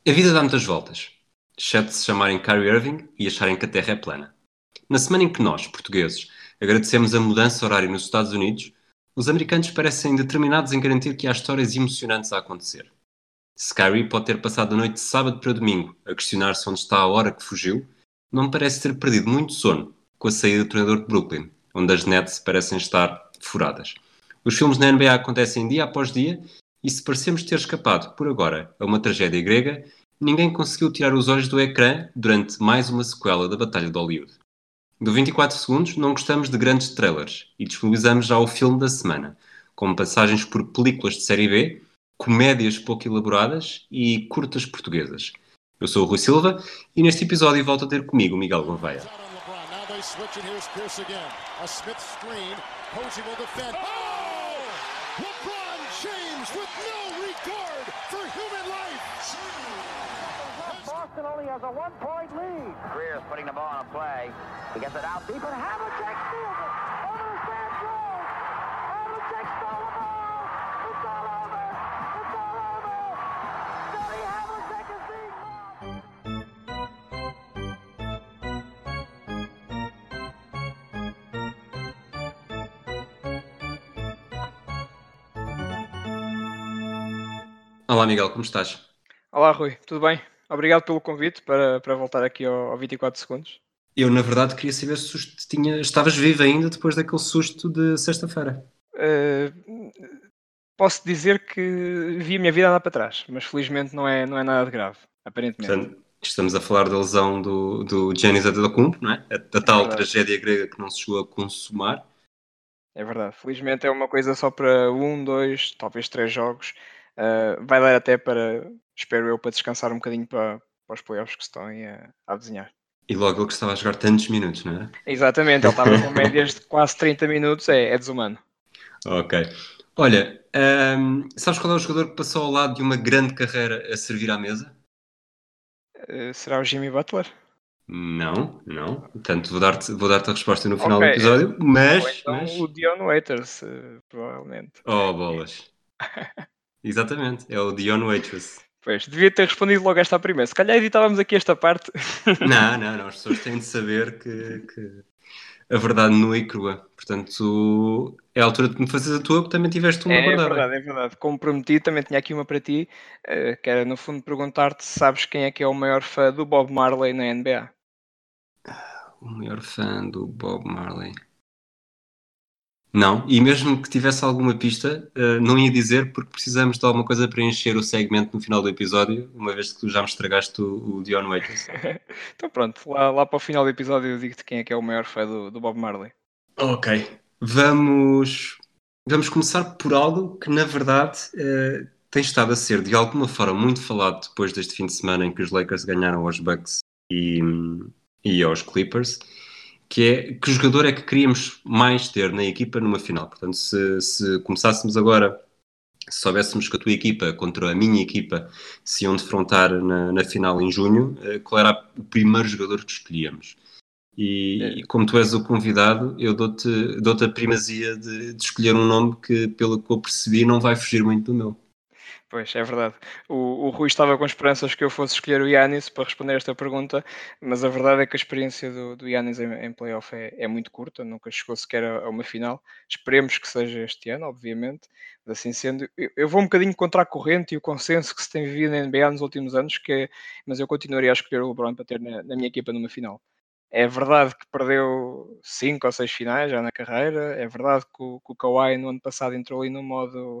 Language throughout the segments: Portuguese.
A vida dá muitas voltas, exceto se chamarem Kyrie Irving e acharem que a Terra é plana. Na semana em que nós, portugueses, agradecemos a mudança horária nos Estados Unidos, os americanos parecem determinados em garantir que há histórias emocionantes a acontecer. Se Kyrie pode ter passado a noite de sábado para domingo a questionar-se onde está a hora que fugiu, não me parece ter perdido muito sono com a saída do treinador de Brooklyn, onde as nets parecem estar furadas. Os filmes na NBA acontecem dia após dia e se parecemos ter escapado, por agora, a uma tragédia grega, ninguém conseguiu tirar os olhos do ecrã durante mais uma sequela da Batalha de Hollywood. Do 24 segundos, não gostamos de grandes trailers e disponibilizamos já o filme da semana, com passagens por películas de série B, comédias pouco elaboradas e curtas portuguesas. Eu sou o Rui Silva e neste episódio volto a ter comigo o Miguel Gouveia. Boston only has a 1-point lead. Greer's putting the ball on a play. He gets it out deep and Havlicek steals it. Over the Sand Road. Havlicek stole the ball. It's all over. It's all over. Johnny Havlicek is being mobbed. Olá Miguel, como estás? Olá Rui, tudo bem? Obrigado pelo convite para voltar aqui ao 24 segundos. Eu, na verdade, queria saber se estavas vivo ainda depois daquele susto de sexta-feira. Posso dizer que vi a minha vida andar para trás, mas felizmente não é nada de grave, aparentemente. Portanto, estamos a falar da lesão do Giannis Antetokounmpo, não é? A tal tragédia grega que não se chegou a consumar. É verdade, felizmente é uma coisa só para 1, 2, talvez 3 jogos. Vai dar até para, espero eu, para descansar um bocadinho para os playoffs que estão aí a desenhar. E logo ele que estava a jogar tantos minutos, não é? Exatamente, ele estava com médias de quase 30 minutos, é desumano. Ok. Olha, sabes qual é o jogador que passou ao lado de uma grande carreira a servir à mesa? Será o Jimmy Butler? Não. Portanto, vou dar-te a resposta no final do episódio, mas... o Dion Waiters, provavelmente. Oh, bolas. Exatamente, é o Dion Waiters. Pois, devia ter respondido logo esta primeira. Se calhar editávamos aqui esta parte. Não, as pessoas têm de saber que a verdade nua e crua. Portanto, é a altura de me fazeres a tua, porque também tiveste uma guardada. É verdade. Como prometi, também tinha aqui uma para ti, que era, no fundo, perguntar-te se sabes quem é que é o maior fã do Bob Marley na NBA. O maior fã do Bob Marley... Não, e mesmo que tivesse alguma pista, não ia dizer porque precisamos de alguma coisa para encher o segmento no final do episódio, uma vez que tu já me estragaste o Dion Waiters. Então pronto, lá para o final do episódio eu digo-te quem é que é o maior fã do Bob Marley. Ok, vamos começar por algo que na verdade tem estado a ser de alguma forma muito falado depois deste fim de semana em que os Lakers ganharam aos Bucks e aos Clippers, que é que jogador é que queríamos mais ter na equipa numa final. Portanto, se começássemos agora, se soubéssemos que a tua equipa contra a minha equipa se iam defrontar na final em junho, qual era o primeiro jogador que escolhíamos? E como tu és o convidado, eu dou-te a primazia de escolher um nome que, pelo que eu percebi, não vai fugir muito do meu. Pois, é verdade. O Rui estava com esperanças que eu fosse escolher o Giannis para responder esta pergunta, mas a verdade é que a experiência do Giannis em playoff é muito curta, nunca chegou sequer a uma final. Esperemos que seja este ano, obviamente, mas assim sendo, eu vou um bocadinho contra a corrente e o consenso que se tem vivido na NBA nos últimos anos, mas eu continuaria a escolher o LeBron para ter na minha equipa numa final. É verdade que perdeu 5 ou 6 finais já na carreira, é verdade que o Kawhi no ano passado entrou ali no modo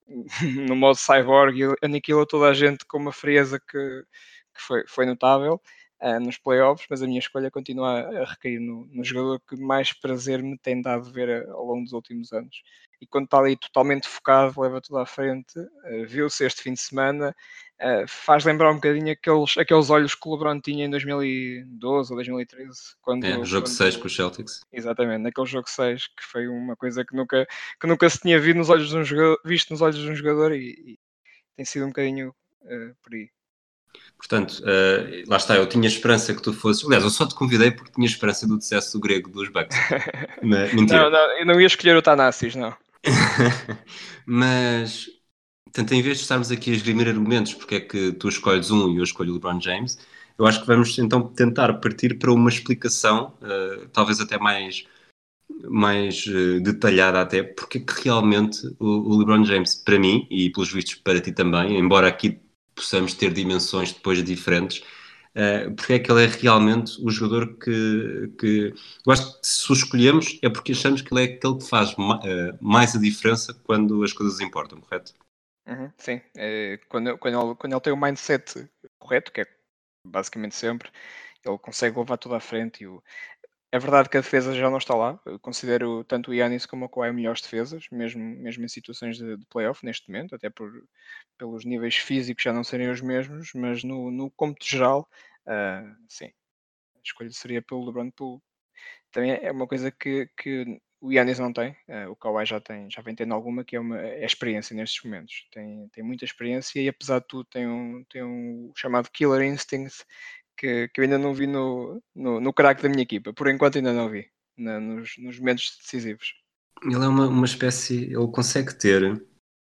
cyborg e aniquilou toda a gente com uma frieza que foi notável nos playoffs, mas a minha escolha continua a recair no jogador que mais prazer me tem dado ver ao longo dos últimos anos. E quando está ali totalmente focado, leva tudo à frente, viu-se este fim de semana, faz lembrar um bocadinho aqueles olhos que o LeBron tinha em 2012 ou 2013. No jogo 6 com os Celtics. Exatamente, naquele jogo 6, que foi uma coisa que nunca se tinha visto nos olhos de um jogador e tem sido um bocadinho por aí. Portanto, lá está, eu tinha esperança que tu fosses... Aliás, eu só te convidei porque tinha esperança do sucesso grego dos Bucks. Mentira. Não, eu não ia escolher o Thanasis, não. Mas Portanto, em vez de estarmos aqui a esgrimir argumentos porque é que tu escolhes um e eu escolho o LeBron James, eu acho que vamos então tentar partir para uma explicação, talvez até mais detalhada até, porque é que realmente o LeBron James, para mim, e pelos vistos para ti também, embora aqui possamos ter dimensões depois diferentes, porque é que ele é realmente o jogador que eu acho que se o escolhemos é porque achamos que ele é aquele que faz mais a diferença quando as coisas importam, correto? Uhum, sim, quando ele tem o mindset correto, que é basicamente sempre, ele consegue levar tudo à frente. É verdade que a defesa já não está lá. Eu considero tanto o Giannis como o Kawhi melhores defesas, mesmo em situações de playoff neste momento, até pelos níveis físicos já não serem os mesmos, mas no cômputo geral, sim, a escolha seria pelo LeBron. Também é uma coisa que o Giannis não tem, o Kawhi já vem tendo alguma, que é a experiência nestes momentos. Tem muita experiência e apesar de tudo tem um chamado Killer Instinct que eu ainda não vi no craque da minha equipa. Por enquanto ainda não vi, nos momentos decisivos. Ele é uma espécie, ele consegue ter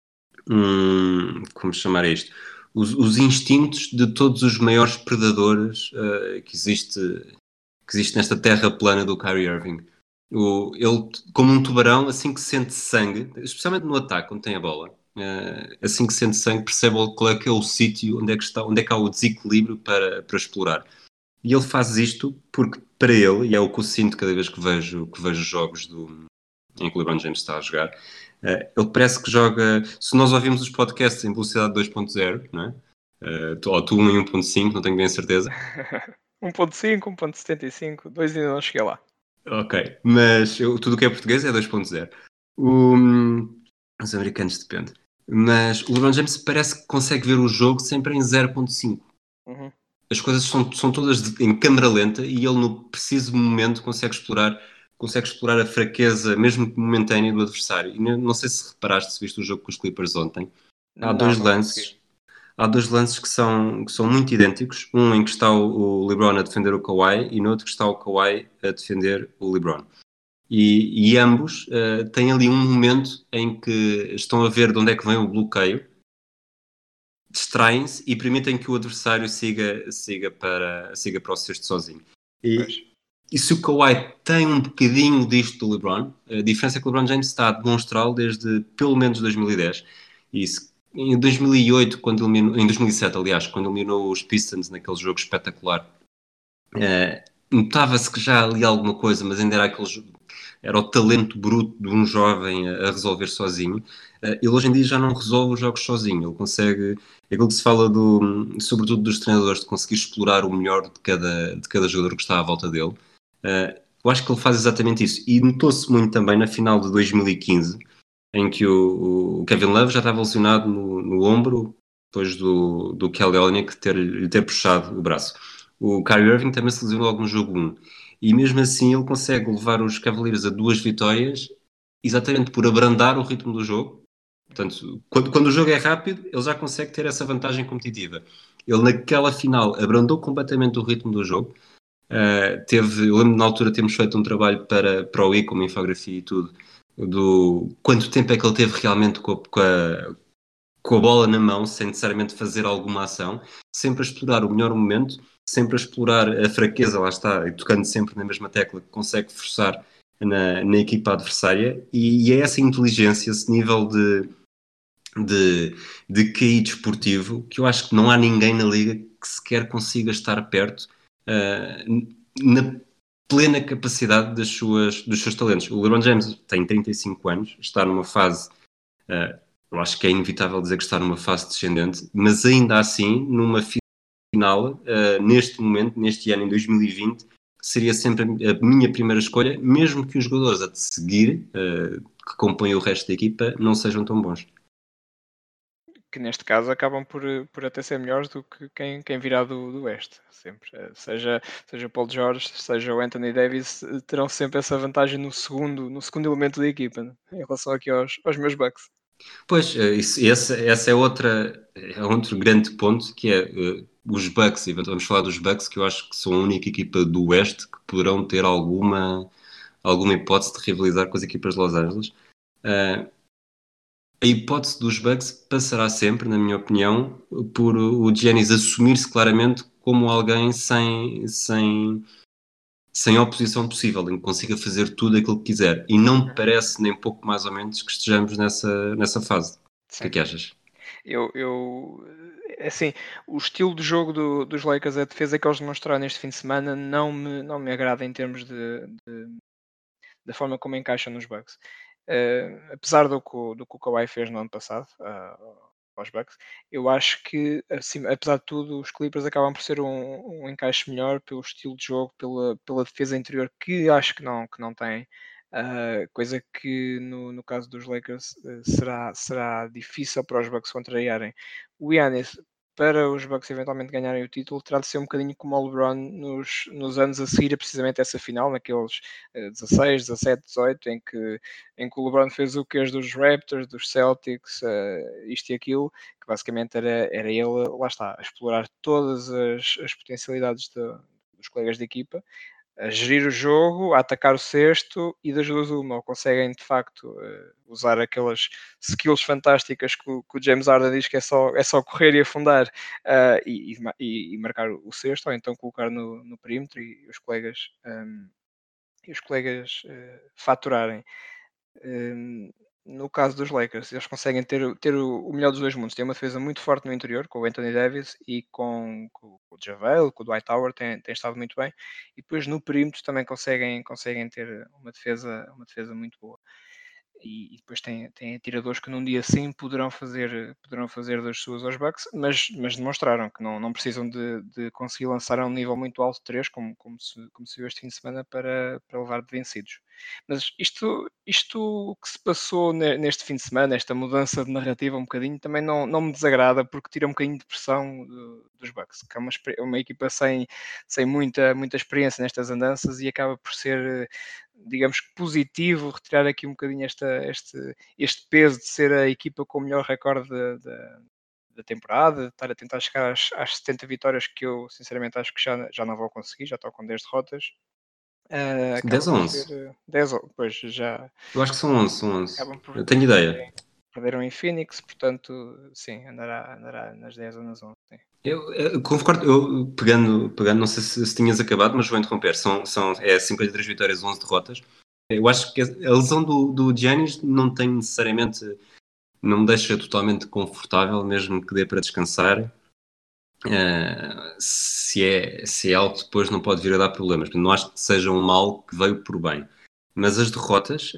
como chamar isto? Os instintos de todos os maiores predadores que existe nesta terra plana do Kyrie Irving. Ele, como um tubarão, assim que sente sangue, especialmente no ataque, quando tem a bola, assim que sente sangue, percebe qual é que é o sítio onde é que está, onde é que há o desequilíbrio para explorar. E ele faz isto porque, para ele, e é o que eu sinto cada vez que vejo jogos em que o LeBron James está a jogar, ele parece que joga. Se nós ouvimos os podcasts em velocidade 2.0, não é? Ou tu em 1.5, não tenho bem certeza. 1.5, 1.75, 2 ainda não cheguei lá. Ok, mas tudo o que é português é 2.0. O- os americanos depende. Mas o LeBron James parece que consegue ver o jogo sempre em 0.5. Uhum. As coisas são todas em câmara lenta e ele no preciso momento consegue explorar a fraqueza, mesmo momentânea, do adversário. E não sei se reparaste, se viste o jogo com os Clippers ontem. Há Não, dois não consegui. lances, há dois lances que são muito idênticos. Um em que está o LeBron a defender o Kawhi e no outro que está o Kawhi a defender o LeBron. E ambos têm ali um momento em que estão a ver de onde é que vem o bloqueio, distraem-se e permitem que o adversário siga para o cesto sozinho. Pois. E se o Kawhi tem um bocadinho disto do LeBron, a diferença é que o LeBron James está a demonstrá-lo desde pelo menos 2010. E em 2008, em 2007, aliás, quando eliminou os Pistons naquele jogo espetacular, notava-se que já ali alguma coisa, mas ainda era o talento bruto de um jovem a resolver sozinho. Ele hoje em dia já não resolve os jogos sozinho. Ele consegue, é aquilo que se fala sobretudo dos treinadores, de conseguir explorar o melhor de cada jogador que está à volta dele. Eu acho que ele faz exatamente isso. E notou-se muito também na final de 2015, em que o Kevin Love já estava lesionado no ombro, depois do Kelly Olynyk lhe ter puxado o braço. O Kyrie Irving também se lesionou logo no jogo 1. E mesmo assim ele consegue levar os Cavaliers a 2 vitórias, exatamente por abrandar o ritmo do jogo. Portanto, quando o jogo é rápido, ele já consegue ter essa vantagem competitiva. Ele naquela final abrandou completamente o ritmo do jogo. Eu lembro na altura termos feito um trabalho para o I, com uma infografia e tudo, do quanto tempo é que ele teve realmente com a bola na mão, sem necessariamente fazer alguma ação, sempre a explorar o melhor momento, sempre a explorar a fraqueza, lá está, e tocando sempre na mesma tecla que consegue forçar na equipa adversária, e é essa inteligência, esse nível de QI desportivo, que eu acho que não há ninguém na liga que sequer consiga estar perto, na plena capacidade dos seus talentos. O LeBron James tem 35 anos, está numa fase, eu acho que é inevitável dizer que está numa fase descendente, mas ainda assim, numa final, neste momento, neste ano, em 2020, seria sempre a minha primeira escolha, mesmo que os jogadores a seguir, que compõem o resto da equipa, não sejam tão bons. Que neste caso acabam por até ser melhores do que quem virá do Oeste, sempre. Seja Paul George, seja o Anthony Davis, terão sempre essa vantagem no segundo elemento da equipa, né, em relação aqui aos meus Bucks. Pois, essa é outro grande ponto, que é os Bucks, e vamos falar dos Bucks, que eu acho que são a única equipa do Oeste que poderão ter alguma hipótese de rivalizar com as equipas de Los Angeles. Uh, a hipótese dos Bucks passará sempre, na minha opinião, por o Giannis assumir-se claramente como alguém sem oposição possível, em que consiga fazer tudo aquilo que quiser. E não me parece, nem pouco mais ou menos, que estejamos nessa fase. O que é Sim. que achas? Assim, o estilo de jogo dos Lakers, a defesa que eles demonstraram neste fim de semana, não me agrada em termos da forma como encaixam nos Bucks. Apesar do que o Kawhi fez no ano passado, aos Bucks, eu acho que, assim, apesar de tudo, os Clippers acabam por ser um encaixe melhor pelo estilo de jogo, pela defesa interior, que acho que não têm. Coisa que no caso dos Lakers será difícil para os Bucks contrariarem. O Giannis, para os Bucks eventualmente ganharem o título, terá de ser um bocadinho como o LeBron nos anos a seguir a precisamente essa final, naqueles 16, 17, 18, em que o LeBron fez o que as dos Raptors, dos Celtics, isto e aquilo, que basicamente era ele, lá está, a explorar todas as potencialidades dos colegas de equipa, a gerir o jogo, a atacar o cesto e das duas uma, ou conseguem de facto usar aquelas skills fantásticas que o James Harden diz que é só correr e afundar e marcar o cesto, ou então colocar no perímetro e os colegas faturarem. Um, no caso dos Lakers, eles conseguem ter o melhor dos dois mundos. Tem uma defesa muito forte no interior, com o Anthony Davis e com o JaVale, com o Dwight Howard, tem estado muito bem. E depois no perímetro também conseguem ter uma defesa muito boa. E depois tem atiradores que num dia sim poderão fazer das suas aos Bucks, mas demonstraram que não precisam de conseguir lançar a um nível muito alto de 3, como se viu este fim de semana, para levar de vencidos. Mas isto que se passou neste fim de semana, esta mudança de narrativa um bocadinho, também não me desagrada, porque tira um bocadinho de pressão dos Bucks, que é uma equipa sem muita experiência nestas andanças, e acaba por ser, digamos que positivo, retirar aqui um bocadinho este peso de ser a equipa com o melhor recorde da temporada, de estar a tentar chegar às 70 vitórias, que eu sinceramente acho que já não vou conseguir, já estou com 10 derrotas. Acaba 10 ou por ser 11? 10, pois já Eu acho que são 11, são 11. acabam por Eu tenho ideia. perderam em Phoenix, portanto, sim, andará nas 10 ou nas 11. Sim. Eu concordo, pegando, não sei se tinhas acabado, mas vou interromper. É 53 vitórias, 11 derrotas. Eu acho que a lesão do Giannis não tem necessariamente, não me deixa totalmente confortável, mesmo que dê para descansar. Se é algo que depois não pode vir a dar problemas. Portanto, não acho que seja um mal que veio por bem. Mas as derrotas,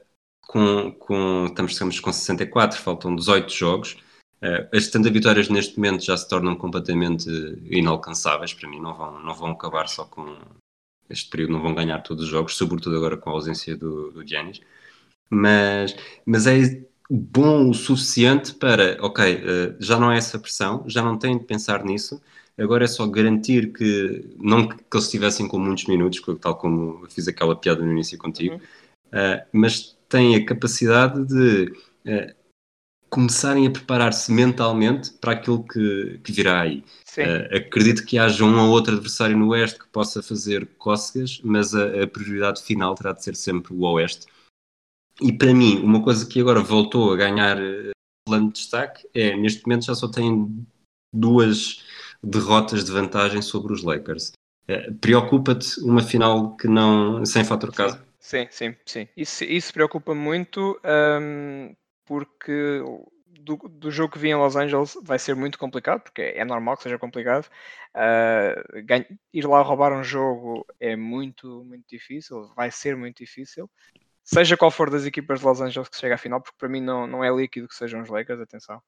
estamos com 64, faltam 18 jogos. As 70 vitórias neste momento já se tornam completamente inalcançáveis para mim. Não vão acabar só com este período, não vão ganhar todos os jogos, sobretudo agora com a ausência do Giannis. Mas é bom o suficiente para, ok, já não é essa pressão, já não têm de pensar nisso, agora é só garantir que, não que eles estivessem com muitos minutos, tal como eu fiz aquela piada no início contigo, mas têm a capacidade de começarem a preparar-se mentalmente para aquilo que virá aí. Sim. Acredito que haja um ou outro adversário no Oeste que possa fazer cócegas, mas a prioridade final terá de ser sempre o Oeste. E para mim, uma coisa que agora voltou a ganhar plano de destaque é, neste momento já só tem 2 derrotas de vantagem sobre os Lakers. Preocupa-te uma final que não, sem fator casa? Sim. Isso preocupa muito, porque do jogo que vi em Los Angeles vai ser muito complicado, porque é normal que seja complicado. Ir lá roubar um jogo é muito, muito difícil, vai ser muito difícil. Seja qual for das equipas de Los Angeles que chega à final, porque para mim não é líquido que sejam os Lakers, atenção.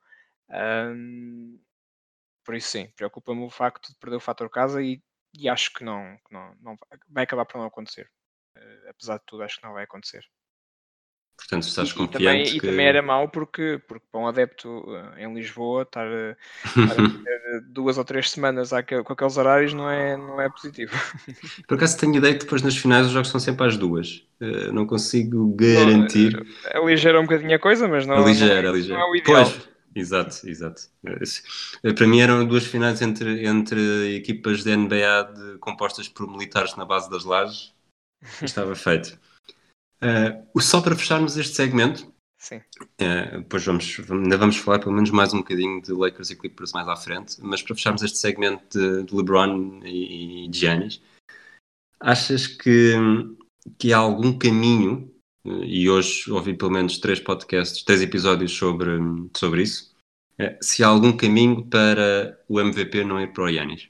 Por isso sim, preocupa-me o facto de perder o fator casa, e acho que não vai acabar por não acontecer. Apesar de tudo, acho que não vai acontecer. Portanto, estás E confiante também era mau porque para um adepto em Lisboa estar a perder 2 ou 3 semanas com aqueles horários não é positivo. Por acaso tenho ideia que depois nas finais os jogos são sempre às 2. Não consigo Não, garantir. aligera um bocadinho a coisa, mas não é o ideal. Pois, exato. Para mim eram 2 finais entre equipas de NBA compostas por militares na base das lajes. Estava feito. Só para fecharmos este segmento, Sim. Depois ainda vamos falar pelo menos mais um bocadinho de Lakers e Clippers mais à frente, mas para fecharmos este segmento de LeBron e Giannis, achas que há algum caminho, e hoje ouvi pelo menos 3 episódios sobre isso, se há algum caminho para o MVP não ir para o Giannis?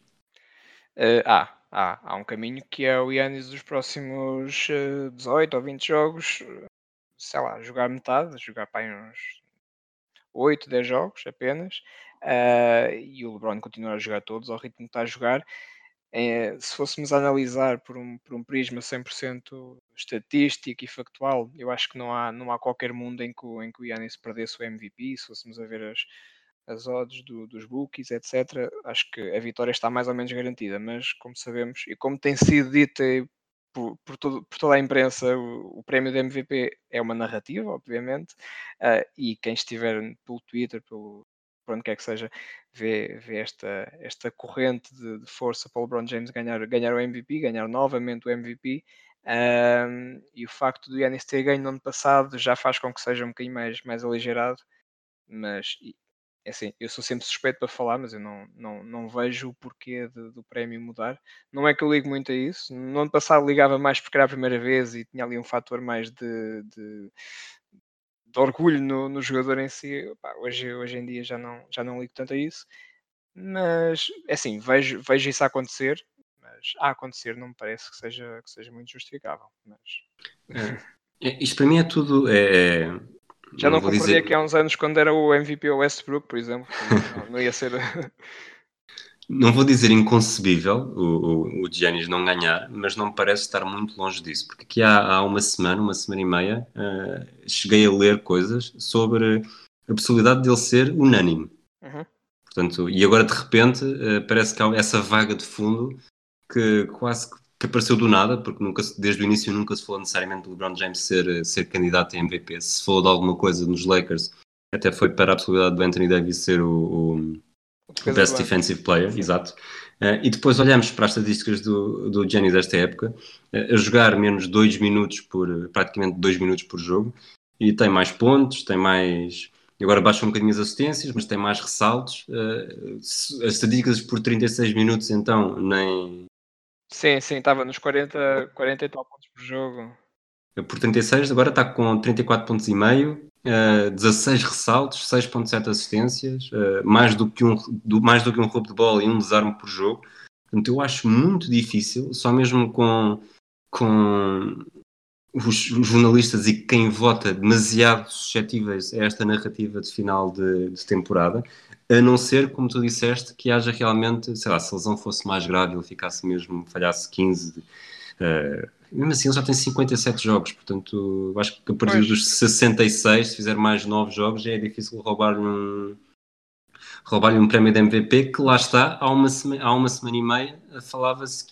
Há um caminho que é o Giannis dos próximos 18 ou 20 jogos, sei lá, jogar metade, jogar para aí uns 8, 10 jogos apenas, e o LeBron continuar a jogar todos ao ritmo que está a jogar. Se fôssemos analisar por um prisma 100% estatístico e factual, eu acho que não há qualquer mundo em que o Giannis perdesse o MVP. Se fôssemos a ver as odds dos bookies, etc., acho que a vitória está mais ou menos garantida. Mas, como sabemos, e como tem sido dito aí por toda a imprensa, o prémio de MVP é uma narrativa, obviamente, e quem estiver pelo Twitter, por onde quer que seja, vê esta corrente de força para o LeBron James ganhar o MVP, ganhar novamente o MVP. E o facto do Giannis ter ganho no ano passado já faz com que seja um bocadinho mais aligerado, mas é assim, eu sou sempre suspeito para falar, mas eu não vejo o porquê do prémio mudar. Não é que eu ligo muito a isso. No ano passado ligava mais porque era a primeira vez e tinha ali um fator mais de orgulho no jogador em si. Pá, hoje em dia já não ligo tanto a isso. Mas, é assim, vejo isso a acontecer, mas a acontecer não me parece que seja muito justificável. Mas Isto para mim é tudo. já Não não vou concordaria dizer. que há uns anos, quando era o MVP o Westbrook, por exemplo, não ia ser. Não vou dizer inconcebível o Giannis não ganhar, mas não me parece estar muito longe disso, porque aqui há uma semana e meia, cheguei a ler coisas sobre a possibilidade dele ser unânime. Uhum. Portanto, e agora de repente parece que há essa vaga de fundo que quase que apareceu do nada, porque desde o início nunca se falou necessariamente do LeBron James ser candidato a MVP. Se falou de alguma coisa nos Lakers, até foi para a possibilidade do Anthony Davis ser O o defesa do Best ano. Defensive Player, Sim. exato. E depois olhamos para as estatísticas do Giannis desta época, a jogar menos 2 minutos praticamente 2 minutos por jogo, e tem mais pontos, tem mais. Agora baixa um bocadinho as assistências, mas tem mais ressaltos. As estatísticas por 36 minutos, então, nem. Sim, sim, estava nos 40 e tal pontos por jogo. Por 36, agora está com 34 pontos e meio, 16 ressaltos, 6.7 assistências, mais do que um roubo de bola e um desarme por jogo. Portanto, eu acho muito difícil, só mesmo com os jornalistas e quem vota demasiado suscetíveis a esta narrativa de final de temporada, a não ser, como tu disseste, que haja realmente, sei lá, se a lesão fosse mais grave, ele ficasse mesmo, falhasse 15, mesmo assim ele já tem 57 jogos, portanto acho que a partir Pois, dos 66, se fizer mais 9 jogos, já é difícil roubar-lhe um prémio de MVP, que lá está, há uma semana e meia falava-se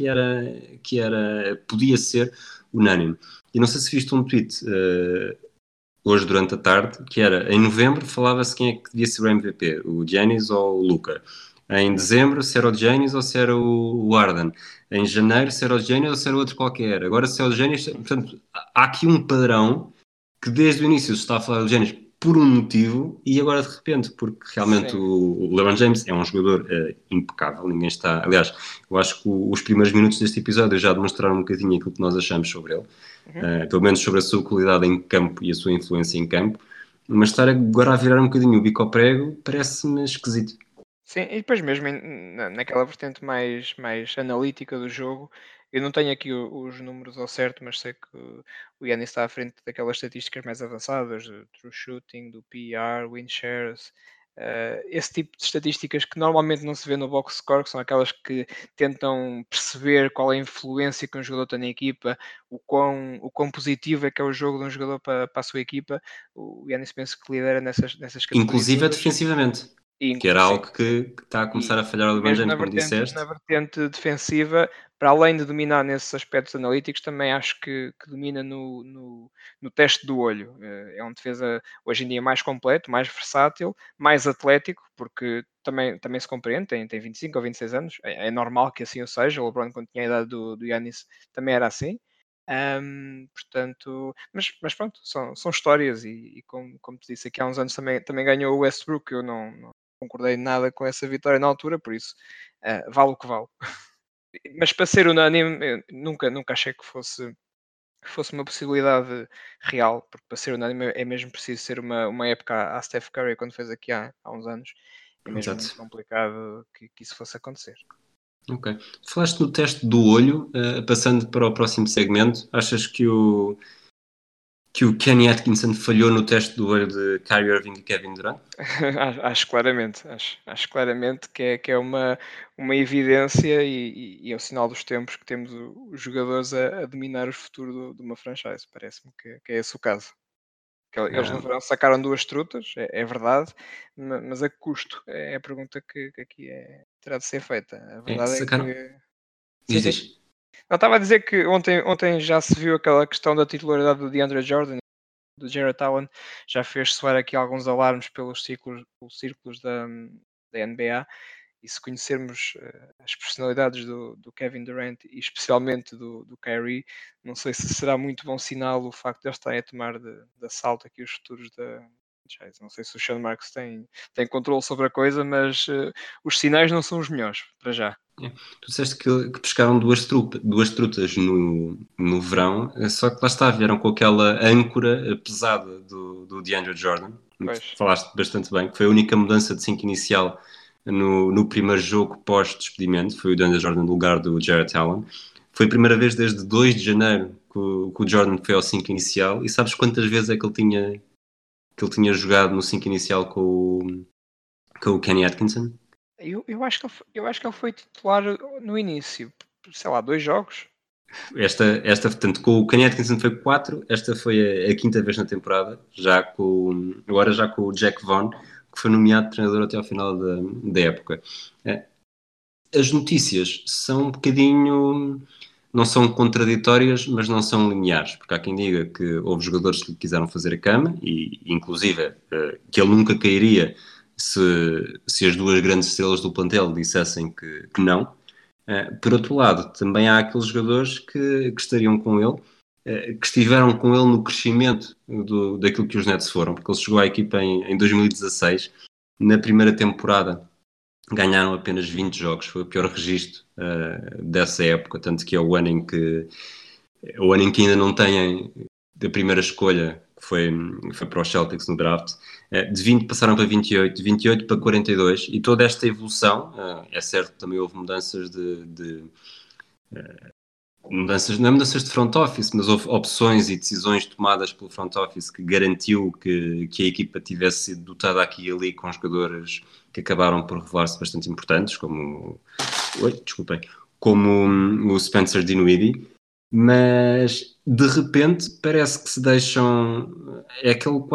podia ser unânime. E não sei se viste um tweet hoje durante a tarde, que era, em novembro falava-se quem é que devia ser o MVP, o Giannis ou o Luka. Em dezembro, se era o Giannis ou se era o Harden. Em janeiro, se era o Giannis ou se era outro qualquer. Agora, se é o Giannis, portanto, há aqui um padrão que desde o início se está a falar do Giannis por um motivo e agora de repente, porque realmente sim. o LeBron James é um jogador impecável, ninguém está. Aliás, eu acho que os primeiros minutos deste episódio já demonstraram um bocadinho aquilo que nós achamos sobre ele, Uhum. pelo menos sobre a sua qualidade em campo e a sua influência em campo, mas estar agora a virar um bocadinho o bico ao prego parece-me esquisito. Sim, e depois mesmo naquela vertente mais analítica do jogo, eu não tenho aqui os números ao certo, mas sei que o Giannis está à frente daquelas estatísticas mais avançadas, do true shooting, do PER, win shares, esse tipo de estatísticas que normalmente não se vê no box score, que são aquelas que tentam perceber qual é a influência que um jogador tem na equipa, o quão positivo é que é o jogo de um jogador para a sua equipa. O Giannis penso que lidera nessas categorias Inclusive todas. defensivamente, que era Sim, algo que está a e, começar a falhar ao e LeBron mesmo James, na como vertente, na disseste. vertente defensiva, para além de dominar nesses aspectos analíticos, também acho que domina no teste do olho. É um defesa hoje em dia mais completo, mais versátil, mais atlético, porque também se compreende, tem 25 ou 26 anos, é normal que assim o seja. O LeBron, quando tinha a idade do Giannis, também era assim. Portanto, mas pronto, são histórias e como te disse, aqui há uns anos também ganhou o Westbrook, eu não concordei nada com essa vitória na altura, por isso vale o que vale. Mas para ser unânime, eu nunca achei que fosse uma possibilidade real, porque para ser unânime é mesmo preciso ser uma época à Steph Curry, quando fez aqui há uns anos, é mesmo muito Exato. complicado que isso fosse acontecer. Ok. Falaste no teste do olho, passando para o próximo segmento, achas que o Kenny Atkinson falhou no teste do olho de Kyrie Irving e Kevin Durant? Acho claramente que é uma evidência e é o sinal dos tempos que temos os jogadores a dominar o futuro de uma franchise. Parece-me que é esse o caso. Que eles no Ah, verão sacaram duas trutas, é verdade, mas a que custo? É a pergunta que aqui terá de ser feita. A verdade é sacaram? que. Sim, Diz, sim. diz. Eu estava a dizer que ontem já se viu aquela questão da titularidade do DeAndre Jordan, do Jarrett Allen, já fez soar aqui alguns alarmes pelos círculos da NBA. E se conhecermos as personalidades do Kevin Durant e especialmente do Kyrie, não sei se será muito bom sinal o facto de eles estarem a tomar de assalto aqui os futuros da franchise. Não sei se o Sean Marks tem controle sobre a coisa, mas os sinais não são os melhores, para já. Tu disseste que pescaram duas trutas no verão, só que lá está, vieram com aquela âncora pesada do DeAndre Jordan. Pois. Falaste bastante bem, que foi a única mudança de 5 inicial no primeiro jogo pós-despedimento, foi o DeAndre Jordan no lugar do Jarrett Allen. Foi a primeira vez desde 2 de janeiro que o Jordan foi ao 5 inicial, e sabes quantas vezes é que ele tinha jogado no 5 inicial com o Kenny Atkinson? Eu acho que ele foi titular no início, sei lá, 2 jogos. Portanto, com o Kenny Atkinson foi 4, esta foi a quinta vez na temporada, agora já com o Jack Vaughn, que foi nomeado treinador até ao final da época. As notícias são um bocadinho, não são contraditórias, mas não são lineares, porque há quem diga que houve jogadores que lhe quiseram fazer a cama, e inclusive que ele nunca cairia se as duas grandes estrelas do plantel dissessem que não. Por outro lado, também há aqueles jogadores que estariam com ele, que estiveram com ele no crescimento daquilo que os Nets foram, porque ele chegou à equipa em 2016, na primeira temporada ganharam apenas 20 jogos, foi o pior registro dessa época, tanto que é o ano em que ainda não têm a primeira escolha, que foi para os Celtics no draft. De 20 passaram para 28, de 28 para 42, e toda esta evolução, é certo que também houve mudanças mudanças, não é mudanças de front office, mas houve opções e decisões tomadas pelo front office que garantiu que a equipa tivesse sido dotada aqui e ali com jogadores que acabaram por revelar-se bastante importantes, como o Spencer Dinwiddie, mas de repente parece que se deixam, é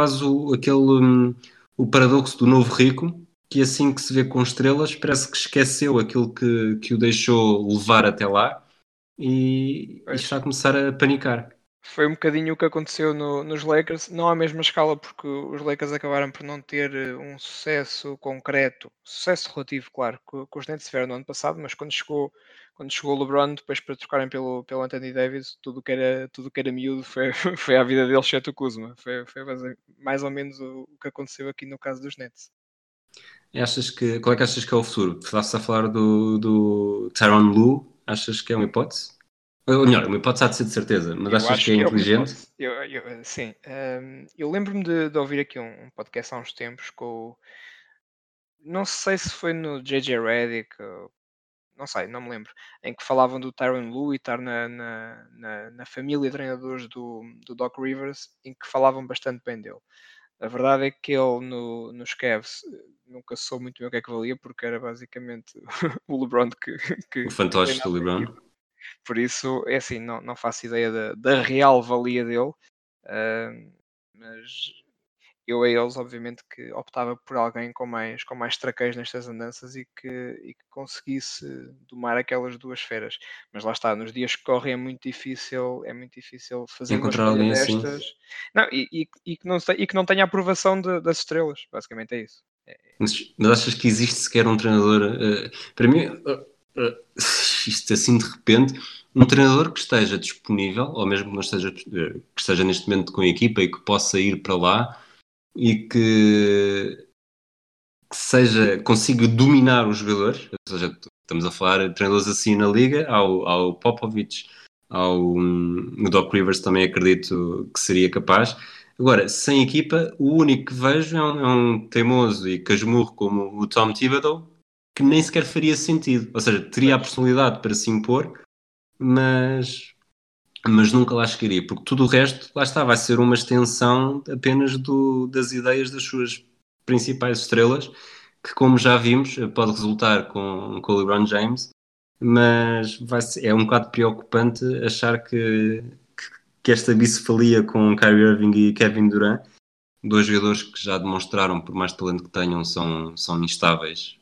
o paradoxo do novo rico, que assim que se vê com estrelas parece que esqueceu aquilo que o deixou levar até lá, e Pois. está a começar a panicar. Foi um bocadinho o que aconteceu nos Lakers, não à mesma escala, porque os Lakers acabaram por não ter um sucesso concreto, sucesso relativo, claro, que os Nets tiveram no ano passado, mas quando chegou o LeBron, depois para trocarem pelo Anthony Davis, tudo que era miúdo foi, foi à vida dele, exceto o Kuzma. Foi mais ou menos o que aconteceu aqui no caso dos Nets. Qual é que achas que é o futuro? Estás a falar do Tyronn Lue? Achas que é uma hipótese? Ou melhor, uma hipótese há de ser de certeza, mas Eu achas que acho é que é uma inteligente? hipótese. Sim, eu lembro-me de ouvir aqui um podcast há uns tempos não sei se foi no JJ Redick, não sei, não me lembro, em que falavam do Tyronn Lue e estar na família de treinadores do Doc Rivers, em que falavam bastante bem dele. A verdade é que ele nos Cavs nunca soube muito bem o que é que valia, porque era basicamente o LeBron O que fantoche treinava do a LeBron? equipa. Por isso, é assim, não faço ideia da real valia dele, ah, mas eu a eles, obviamente, que optava por alguém com mais traqueios nestas andanças e que conseguisse domar aquelas duas feras. Mas lá está, nos dias que correm é muito difícil fazer uma Encontrar escolha alguém assim. destas. Não, e que não tenha aprovação das estrelas, basicamente é isso. Mas achas que existe sequer um treinador? Para mim, isto assim de repente, um treinador que esteja disponível, ou mesmo que não esteja, que esteja neste momento com a equipa e que possa ir para lá e que consiga dominar os jogadores, ou seja, estamos a falar de treinadores assim na liga, ao Popovich, o Doc Rivers também acredito que seria capaz. Agora, sem equipa, o único que vejo é um teimoso e casmurro como o Tom Thibodeau, que nem sequer faria sentido. Ou seja, teria a personalidade para se impor, mas nunca lá chegaria, porque tudo o resto, lá está, vai ser uma extensão apenas das ideias das suas principais estrelas, que como já vimos, pode resultar com o LeBron James, mas é um bocado preocupante achar que esta bicefalia com Kyrie Irving e Kevin Durant, dois jogadores que já demonstraram, por mais talento que tenham, são instáveis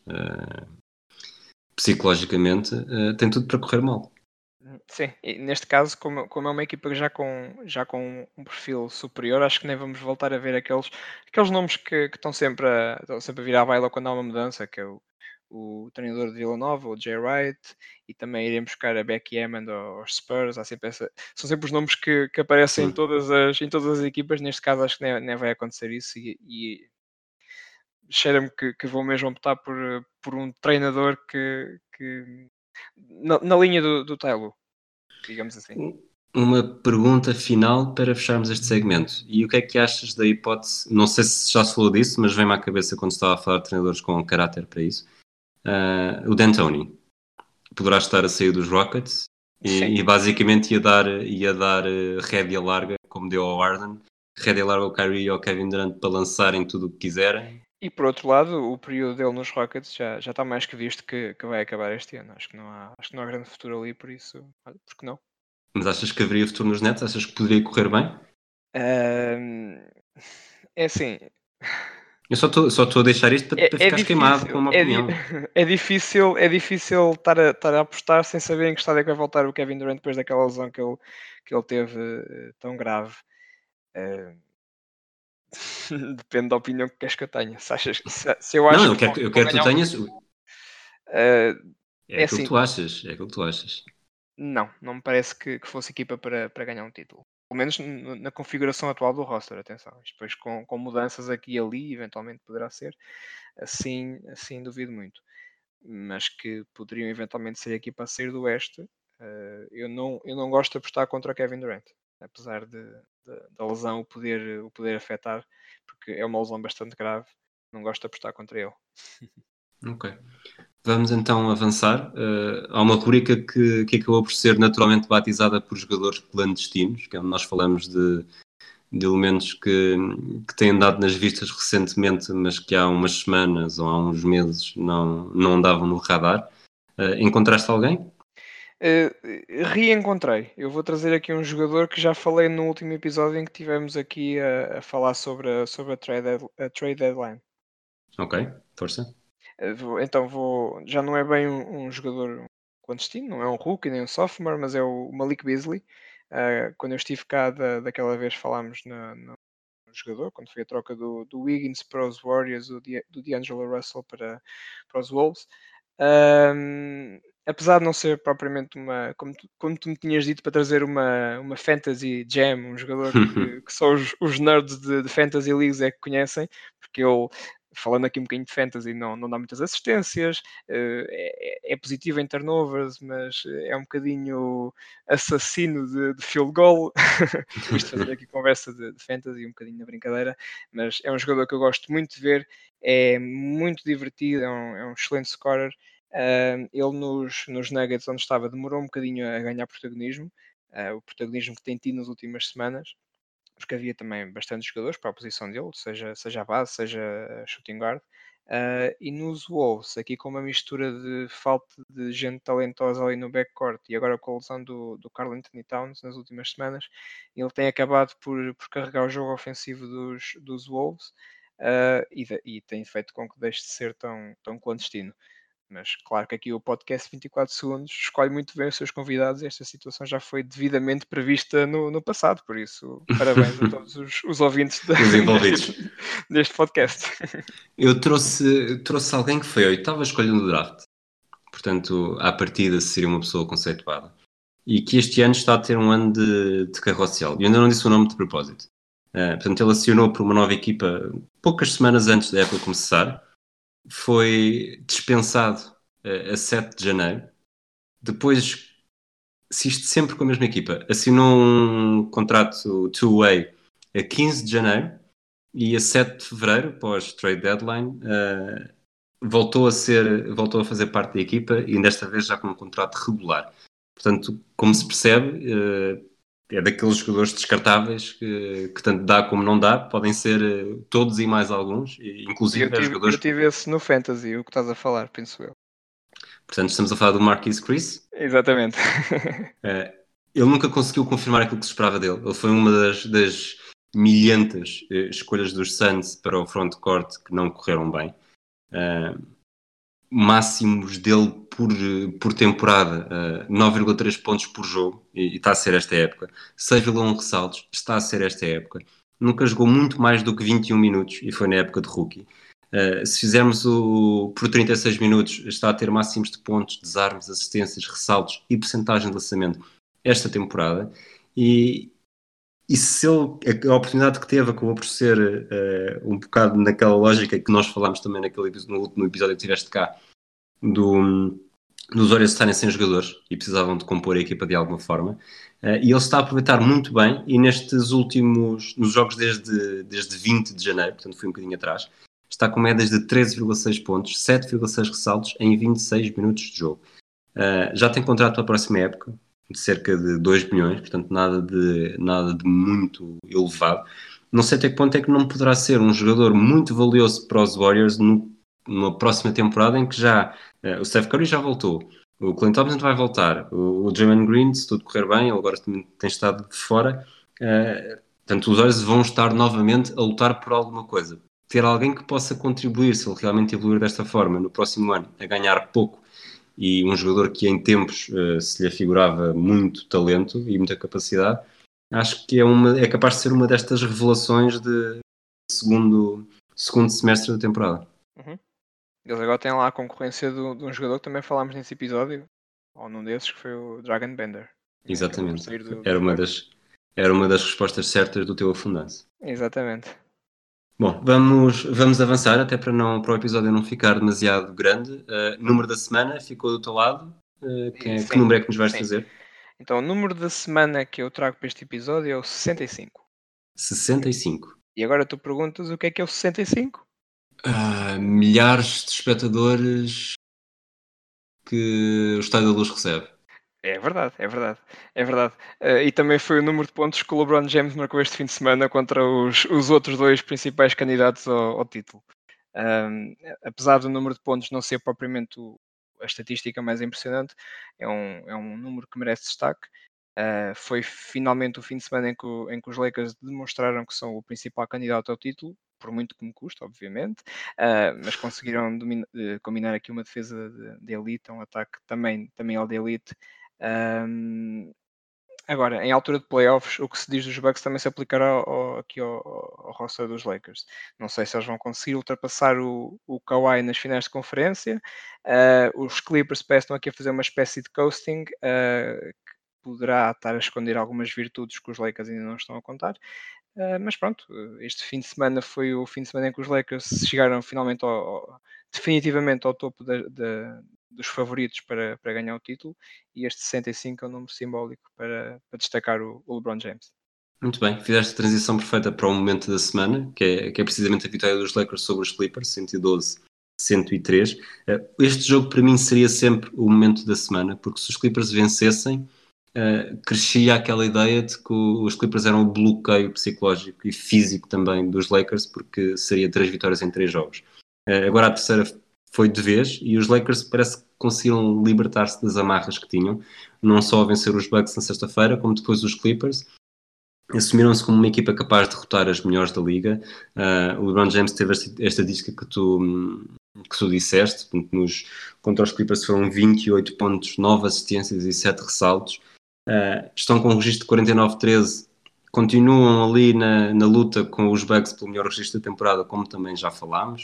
psicologicamente, tem tudo para correr mal. Sim, e neste caso, como é uma equipa já com um perfil superior, acho que nem vamos voltar a ver aqueles nomes que estão sempre a vir à baila quando há uma mudança, que é o treinador de Vila Nova, o Jay Wright, e também iremos buscar a Becky Hammond aos Spurs. São sempre os nomes que aparecem Sim. em todas as equipas. Neste caso, acho que nem vai acontecer isso, e cheira-me que vão mesmo optar por um treinador que na linha do Tyloo, digamos assim. Uma pergunta final para fecharmos este segmento. E o que é que achas da hipótese? Não sei se já se falou disso, mas vem-me à cabeça quando estava a falar de treinadores com caráter para isso. O D'Antoni poderá estar a sair dos Rockets Sim. e basicamente ia dar rédea larga, como deu ao Harden, rédea larga ao Kyrie e ao Kevin Durant para lançarem tudo o que quiserem. E por outro lado, o período dele nos Rockets já está mais que visto que vai acabar este ano. Acho que não há grande futuro ali, por isso, olha, por que não? Mas achas que haveria futuro nos Nets? Achas que poderia correr bem? Ahm, É assim, Eu só estou a deixar isto para é ficares queimado com difícil, uma opinião. é difícil estar a apostar sem saber em que estado é que vai voltar o Kevin Durant depois daquela lesão que ele teve tão grave. Ah, Depende da opinião que queres que eu tenha. Se eu Não, acho eu que quero, eu vão quero que tu ganhar um tenhas. título, ah, É é aquilo que assim, tu achas. É aquilo que tu achas. não me parece que fosse equipa para ganhar um título. Pelo menos na configuração atual do roster, atenção. Isto depois com mudanças aqui e ali, eventualmente poderá ser. Assim duvido muito. Mas que poderiam eventualmente ser a equipa a sair do Oeste. Eu não gosto de apostar contra o Kevin Durant, apesar da lesão o poder afetar, porque é uma lesão bastante grave. Não gosto de apostar contra ele. Ok. Vamos então avançar. Há uma rubrica que acabou por ser naturalmente batizada por jogadores clandestinos, que é onde nós falamos de elementos que têm andado nas vistas recentemente, mas que há umas semanas ou há uns meses não andavam no radar. Encontraste alguém? Uh, Reencontrei. Eu vou trazer aqui um jogador que já falei no último episódio em que tivemos aqui a falar sobre a trade deadline. Ok, força. Já não é bem um jogador clandestino, não é um rookie nem um sophomore, mas é o Malik Beasley. Quando eu estive cá daquela vez falámos no jogador, quando foi a troca do Wiggins para os Warriors, do D'Angelo Russell para os Wolves. Apesar de não ser propriamente como tu me tinhas dito, para trazer uma fantasy jam, um jogador que só os nerds de fantasy leagues é que conhecem, porque ele, falando aqui um bocadinho de fantasy, não dá muitas assistências, é positivo em turnovers, mas é um bocadinho assassino de field goal. Isto fazer aqui conversa de fantasy, um bocadinho na brincadeira, mas é um jogador que eu gosto muito de ver, é muito divertido, é um excelente scorer. Ele nos Nuggets, onde estava, demorou um bocadinho a ganhar protagonismo, o protagonismo que tem tido nas últimas semanas, porque havia também bastantes jogadores para a posição dele, seja a base, seja a shooting guard. E nos Wolves, aqui com uma mistura de falta de gente talentosa ali no backcourt e agora com a lesão do Karl Anthony Towns nas últimas semanas, ele tem acabado por carregar o jogo ofensivo dos Wolves, e tem feito com que deixe de ser tão clandestino. Mas claro que aqui o podcast 24 segundos escolhe muito bem os seus convidados. Esta situação já foi devidamente prevista no passado, por isso parabéns a todos os ouvintes Os envolvidos. deste podcast. Eu trouxe alguém que foi a oitava escolha no draft. portanto, à partida seria uma pessoa conceituada. E que este ano está a ter um ano de carrossel. E eu ainda não disse o nome de propósito. Portanto, ele acionou por uma nova equipa poucas semanas antes da época começar. Foi dispensado a 7 de janeiro. Depois, se isto sempre com a mesma equipa, assinou um contrato two-way a 15 de janeiro e a 7 de fevereiro, pós-trade deadline, voltou a fazer parte da equipa e desta vez já com um contrato regular. Portanto, como se percebe, é daqueles jogadores descartáveis que tanto dá como não dá, podem ser todos e mais alguns, inclusive Eu tive esse no Fantasy, o que estás a falar, penso eu. Portanto, estamos a falar do Marquise Chris. Exatamente. Ele nunca conseguiu confirmar aquilo que se esperava dele. Ele foi uma das milhentas escolhas dos Suns para o frontcourt que não correram bem. Máximos dele por temporada, 9,3 pontos por jogo, e está a ser esta época. 6,1 ressaltos, está a ser esta época. Nunca jogou muito mais do que 21 minutos, e foi na época de rookie. Se fizermos por 36 minutos, está a ter máximos de pontos, desarmes, assistências, ressaltos e percentagem de lançamento esta temporada. E se ele, a oportunidade que teve acabou por ser um bocado naquela lógica que nós falámos também no último episódio que tiveste cá, dos Warriors estarem sem jogadores e precisavam de compor a equipa de alguma forma. E ele está a aproveitar muito bem, e nos jogos desde 20 de janeiro, portanto foi um bocadinho atrás, está com médias de 13,6 pontos, 7,6 ressaltos em 26 minutos de jogo. Já tem contrato para a próxima época, de cerca de 2 milhões, portanto nada de muito elevado. Não sei até que ponto é que não poderá ser um jogador muito valioso para os Warriors numa próxima temporada em que já o Steph Curry já voltou, o Klay Thompson vai voltar, o Draymond Green, se tudo correr bem, ele agora também tem estado de fora. Portanto, os Warriors vão estar novamente a lutar por alguma coisa. Ter alguém que possa contribuir, se ele realmente evoluir desta forma no próximo ano, a ganhar pouco, e um jogador que em tempos se lhe afigurava muito talento e muita capacidade, acho que é capaz de ser uma destas revelações de segundo semestre da temporada. Uhum. Eles agora têm lá a concorrência de um jogador que também falámos nesse episódio, ou num desses, que foi o Dragon Bender. Exatamente. Era uma das respostas certas do teu afundance. Exatamente. Bom, vamos avançar, até para o episódio não ficar demasiado grande. Número da semana ficou do teu lado. Que número é que nos vais trazer? Então, o número da semana que eu trago para este episódio é o 65. 65. E agora tu perguntas o que é o 65? Milhares de espectadores que o Estádio da Luz recebe. É verdade, é verdade, é verdade. E também foi o número de pontos que o LeBron James marcou este fim de semana contra os outros dois principais candidatos ao título. Apesar do número de pontos não ser propriamente a estatística mais impressionante, é um número que merece destaque. Foi finalmente o fim de semana em que os Lakers demonstraram que são o principal candidato ao título, por muito que me custa, obviamente, mas conseguiram combinar aqui uma defesa de elite, um ataque também ao de elite. Agora, em altura de playoffs, o que se diz dos Bucks também se aplicará aqui ao roster dos Lakers. Não sei se eles vão conseguir ultrapassar o Kawhi nas finais de conferência. Os Clippers parecem aqui a fazer uma espécie de coasting, que poderá estar a esconder algumas virtudes que os Lakers ainda não estão a contar. Mas pronto, este fim de semana foi o fim de semana em que os Lakers chegaram finalmente definitivamente ao topo dos favoritos para ganhar o título, e este 65 é um número simbólico para destacar o LeBron James. Muito bem, fizeste a transição perfeita para o momento da semana, que é precisamente a vitória dos Lakers sobre os Clippers, 112-103. Este jogo para mim seria sempre o momento da semana, porque se os Clippers vencessem, crescia aquela ideia de que os Clippers eram o bloqueio psicológico e físico também dos Lakers, porque seria 3 vitórias em 3 jogos. Agora a terceira foi de vez, e os Lakers parece que conseguiram libertar-se das amarras que tinham, não só a vencer os Bucks na sexta-feira, como depois os Clippers. Assumiram-se como uma equipa capaz de derrotar as melhores da liga. O LeBron James teve esta estadística que tu disseste, contra os Clippers foram 28 pontos, 9 assistências e 7 ressaltos. Estão com um registro de 49-13, continuam ali na luta com os Bucks pelo melhor registro da temporada, como também já falámos.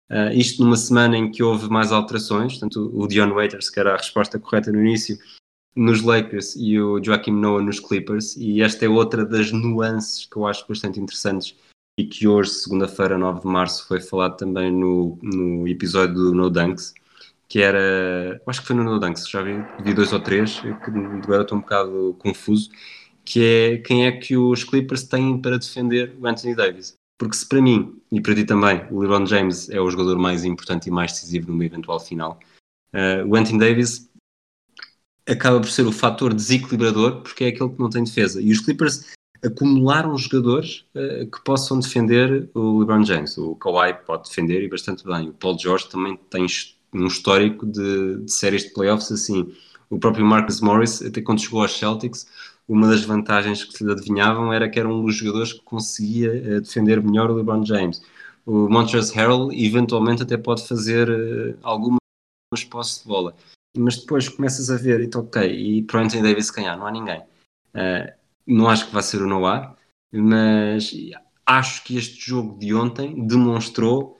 Isto numa semana em que houve mais alterações, tanto o Dion Waiters, que era a resposta correta no início, nos Lakers, e o Joakim Noah nos Clippers, e esta é outra das nuances que eu acho bastante interessantes e que hoje, segunda-feira, 9 de março, foi falado também no episódio do No Dunks, que era, acho que foi no No Dunks, já vi 2 ou 3, que agora estou um bocado confuso, que é quem é que os Clippers têm para defender o Anthony Davis. Porque se para mim, e para ti também, o LeBron James é o jogador mais importante e mais decisivo numa eventual final, o Anthony Davis acaba por ser o fator desequilibrador porque é aquele que não tem defesa. E os Clippers acumularam jogadores que possam defender o LeBron James. O Kawhi pode defender e bastante bem. O Paul George também tem um histórico de séries de playoffs assim. O próprio Marcus Morris, até quando chegou aos Celtics, uma das vantagens que se lhe adivinhavam era que era um dos jogadores que conseguia defender melhor o LeBron James. O Montrezl Harrell eventualmente até pode fazer algumas posses de bola, mas depois começas a ver, então ok, e para o Anthony Davis ganhar, não há ninguém. Não acho que vai ser o Noah, mas acho que este jogo de ontem demonstrou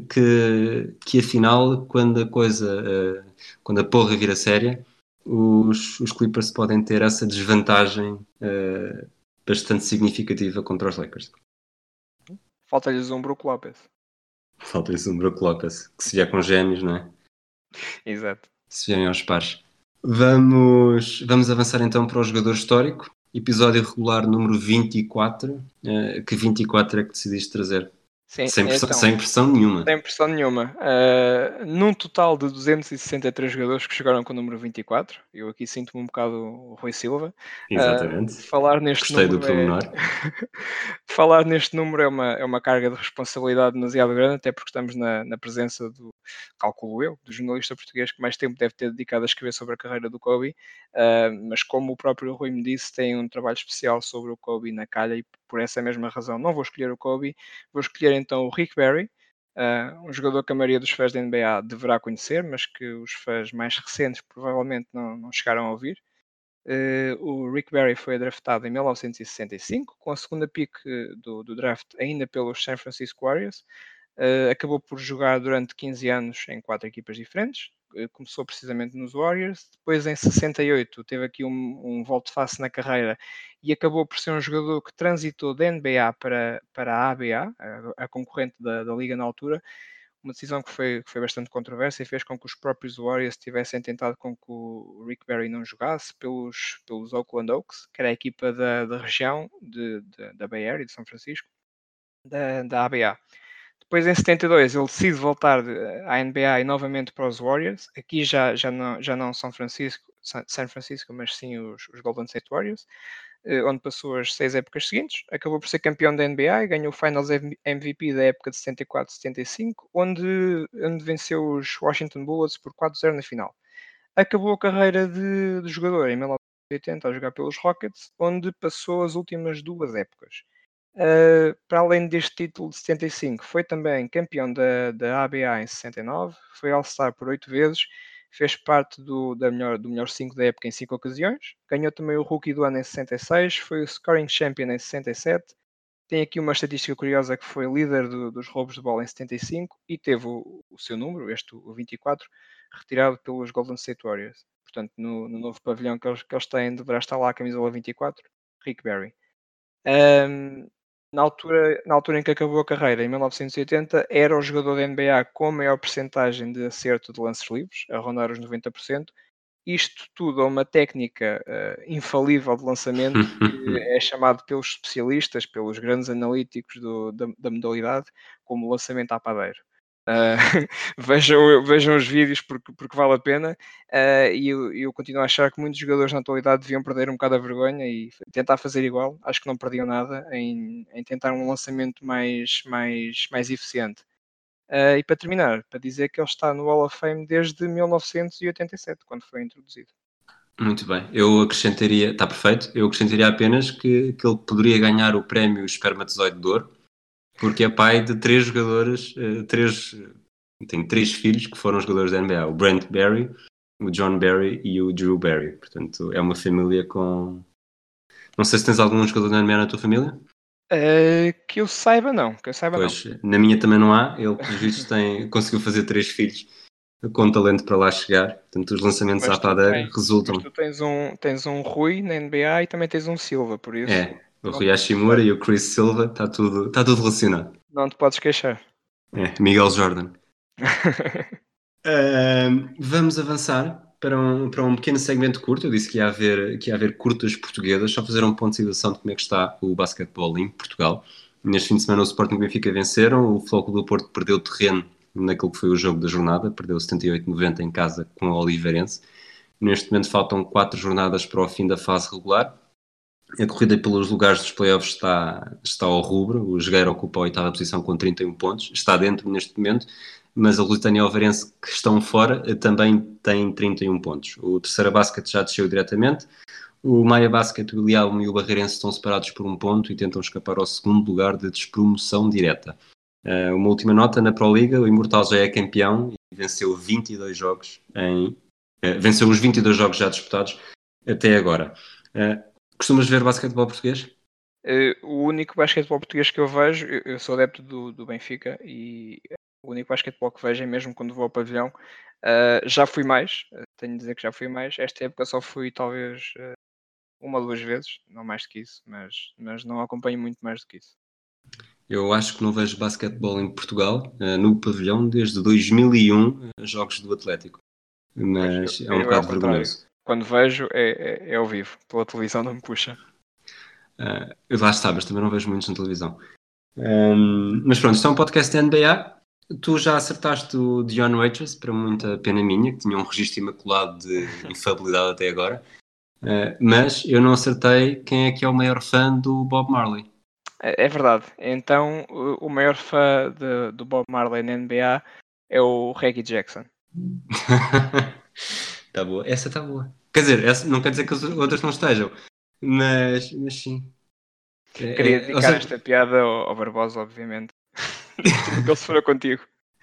que afinal, quando a coisa, quando a porra vira séria, os Clippers podem ter essa desvantagem bastante significativa contra os Lakers. Falta-lhes um Brook Lopez. Falta isso um Brook Lopez, que se vier com gêmeos, não é? Exato. Se vierem aos pares. Vamos avançar então para o jogador histórico. Episódio regular número 24. Que 24 é que decidiste trazer? Sim, Sem pressão, então, sem pressão nenhuma. sem pressão nenhuma. Num total de 263 jogadores que chegaram com o número 24, eu aqui sinto-me um bocado o Rui Silva. Exatamente. Falar neste Gostei do número é... pormenor. Falar neste número é uma carga de responsabilidade demasiado grande, até porque estamos na presença do, calculo eu, do jornalista português que mais tempo deve ter dedicado a escrever sobre a carreira do Kobe, mas como o próprio Rui me disse, tem um trabalho especial sobre o Kobe na calha e por essa mesma razão não vou escolher o Kobe, vou escolher então o Rick Barry, um jogador que a maioria dos fãs da NBA deverá conhecer, mas que os fãs mais recentes provavelmente não chegaram a ouvir. O Rick Barry foi draftado em 1965, com a segunda pick do draft ainda pelos San Francisco Warriors. Acabou por jogar durante 15 anos em 4 equipas diferentes. Começou precisamente nos Warriors. Depois, em 68, teve aqui um volte-face na carreira e acabou por ser um jogador que transitou da NBA para a ABA, a concorrente da liga na altura. Uma decisão que foi bastante controversa e fez com que os próprios Warriors tivessem tentado com que o Rick Barry não jogasse pelos Oakland Oaks, que era a equipa da região da Bay Area, de São Francisco, da ABA. Depois, em 72, ele decide voltar à NBA e novamente para os Warriors. Aqui já não San Francisco, mas sim os Golden State Warriors, onde passou as 6 épocas seguintes. Acabou por ser campeão da NBA e ganhou o Finals MVP da época de 74-75, onde venceu os Washington Bullets por 4-0 na final. Acabou a carreira de jogador em 1980 a jogar pelos Rockets, onde passou as últimas 2 épocas. Para além deste título de 75, foi também campeão da ABA em 69, foi All-Star por 8 vezes, fez parte do melhor 5 da época em 5 ocasiões, ganhou também o Rookie do ano em 66, foi o Scoring Champion em 67, tem aqui uma estatística curiosa que foi líder dos roubos de bola em 75 e teve o seu número, o 24, retirado pelos Golden State Warriors. Portanto, no novo pavilhão que eles têm, deverá estar lá a camisola 24, Rick Barry. Na altura em que acabou a carreira, em 1980, era o jogador da NBA com a maior percentagem de acerto de lances livres, a rondar os 90%. Isto tudo é uma técnica infalível de lançamento que é chamado pelos especialistas, pelos grandes analíticos da modalidade, como lançamento à padeiro. Vejam os vídeos porque vale a pena, e eu continuo a achar que muitos jogadores na atualidade deviam perder um bocado a vergonha e tentar fazer igual. Acho que não perdiam nada em tentar um lançamento mais eficiente. E para terminar, para dizer que ele está no Hall of Fame desde 1987, quando foi introduzido. Muito bem. Eu acrescentaria, está perfeito, eu acrescentaria apenas que ele poderia ganhar o prémio Espermatozoide de Ouro, porque é pai de 3 jogadores, tem 3 filhos que foram jogadores da NBA, o Brent Barry, o John Barry e o Drew Barry. Portanto, é uma família com... Não sei se tens algum jogador da NBA na tua família? Que eu saiba, não. Que eu saiba, não. Pois, na minha também não há. Ele, pelos vistos, conseguiu fazer 3 filhos com talento para lá chegar. Portanto, os lançamentos à padeira Mas resultam. tu tens um Rui na NBA e também tens um Silva, por isso O não Rui te, Hashimura e o Chris Silva, está tudo relacionado. não te podes queixar. Miguel Jordan. Vamos avançar para um pequeno segmento curto. Eu disse que ia haver curtas portuguesas. Só fazer um ponto de situação de como é que está o basquetebol em Portugal. Neste fim de semana o Sporting e o Benfica venceram. O Flóculo do Porto perdeu terreno naquele que foi o jogo da jornada. Perdeu 78-90 em casa com a Oliveirense. Neste momento faltam 4 jornadas para o fim da fase regular. A corrida pelos lugares dos playoffs está ao rubro. O Jogueira ocupa a 8ª posição com 31 pontos. Está dentro neste momento, mas a Lusitânia e o Alvarense, que estão fora, também têm 31 pontos. O Terceira Basket já desceu diretamente. O Maia Basket, o Ilialmo e o Barreirense estão separados por 1 ponto e tentam escapar ao segundo lugar de despromoção direta. Uma última nota na Pro Liga: o Imortal já é campeão e venceu 22 jogos venceu os 22 jogos já disputados até agora. Costumas ver basquetebol português? O único basquetebol português que eu vejo, eu sou adepto do Benfica e o único basquetebol que vejo é mesmo quando vou ao pavilhão. Já fui mais, tenho de dizer que já fui mais. Esta época só fui talvez 1 ou 2 vezes, não mais do que isso, mas não acompanho muito mais do que isso. Eu acho que não vejo basquetebol em Portugal, no pavilhão, desde 2001, jogos do Atlético. Mas é um Eu é ao bocado contrário. vergonhoso. Quando vejo é ao vivo, pela televisão não me puxa. Lá está, mas também não vejo muitos na televisão. Mas pronto, isto é um podcast da NBA. Tu já acertaste o Dion Waiters, para muita pena minha, que tinha um registro imaculado de infalibilidade até agora. Mas eu não acertei quem é que é o maior fã do Bob Marley. É verdade. Então, o maior fã do Bob Marley na NBA é o Reggie Jackson. Tá boa, essa está boa. Quer dizer, essa não quer dizer que as outras não estejam, mas sim. Queria Ou dedicar seja, esta piada ao Barbosa, obviamente. Tudo que ele se for contigo.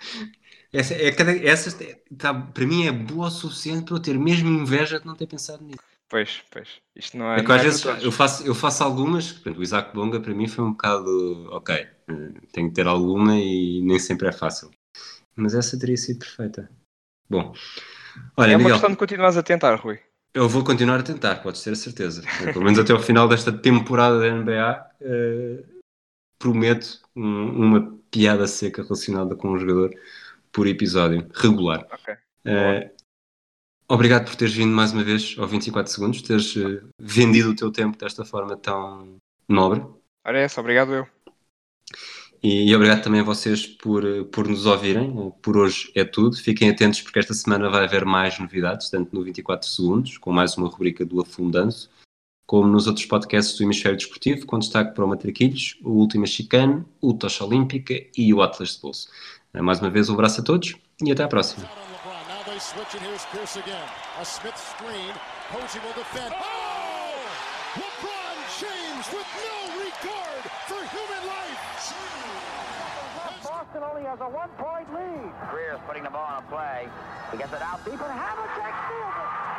para mim é boa o suficiente para eu ter mesmo inveja de não ter pensado nisso. Pois. Isto não É é, que não às é para vezes eu todos. faço algumas, portanto, o Isaac Bonga para mim foi um bocado ok, tenho que ter alguma e nem sempre é fácil. Mas essa teria sido perfeita. Bom, olha, É uma questão Miguel, de continuares a tentar, Rui. eu vou continuar a tentar, podes ter a certeza. Pelo menos até ao final desta temporada da NBA, prometo uma piada seca relacionada com um jogador por episódio, regular. Ok. Boa. Obrigado por teres vindo mais uma vez ao 24 segundos, teres vendido o teu tempo desta forma tão nobre. Ora é essa, obrigado eu. E obrigado também a vocês por nos ouvirem. Por hoje é tudo. Fiquem atentos porque esta semana vai haver mais novidades, tanto no 24 segundos, com mais uma rubrica do Afundanço, como nos outros podcasts do Hemisfério Desportivo, com destaque para o Matraquilhos, o Última Chicane, o Tocha Olímpica e o Atlas de Bolso. Mais uma vez, um abraço a todos e até à próxima. Switch, and here's Pierce again. A Smith screen. Posey will defend. Oh! LeBron James with no regard for human life. Boston only has a 1-point lead. Greer's putting the ball on a play. He gets it out deep, and Havlicek steals it.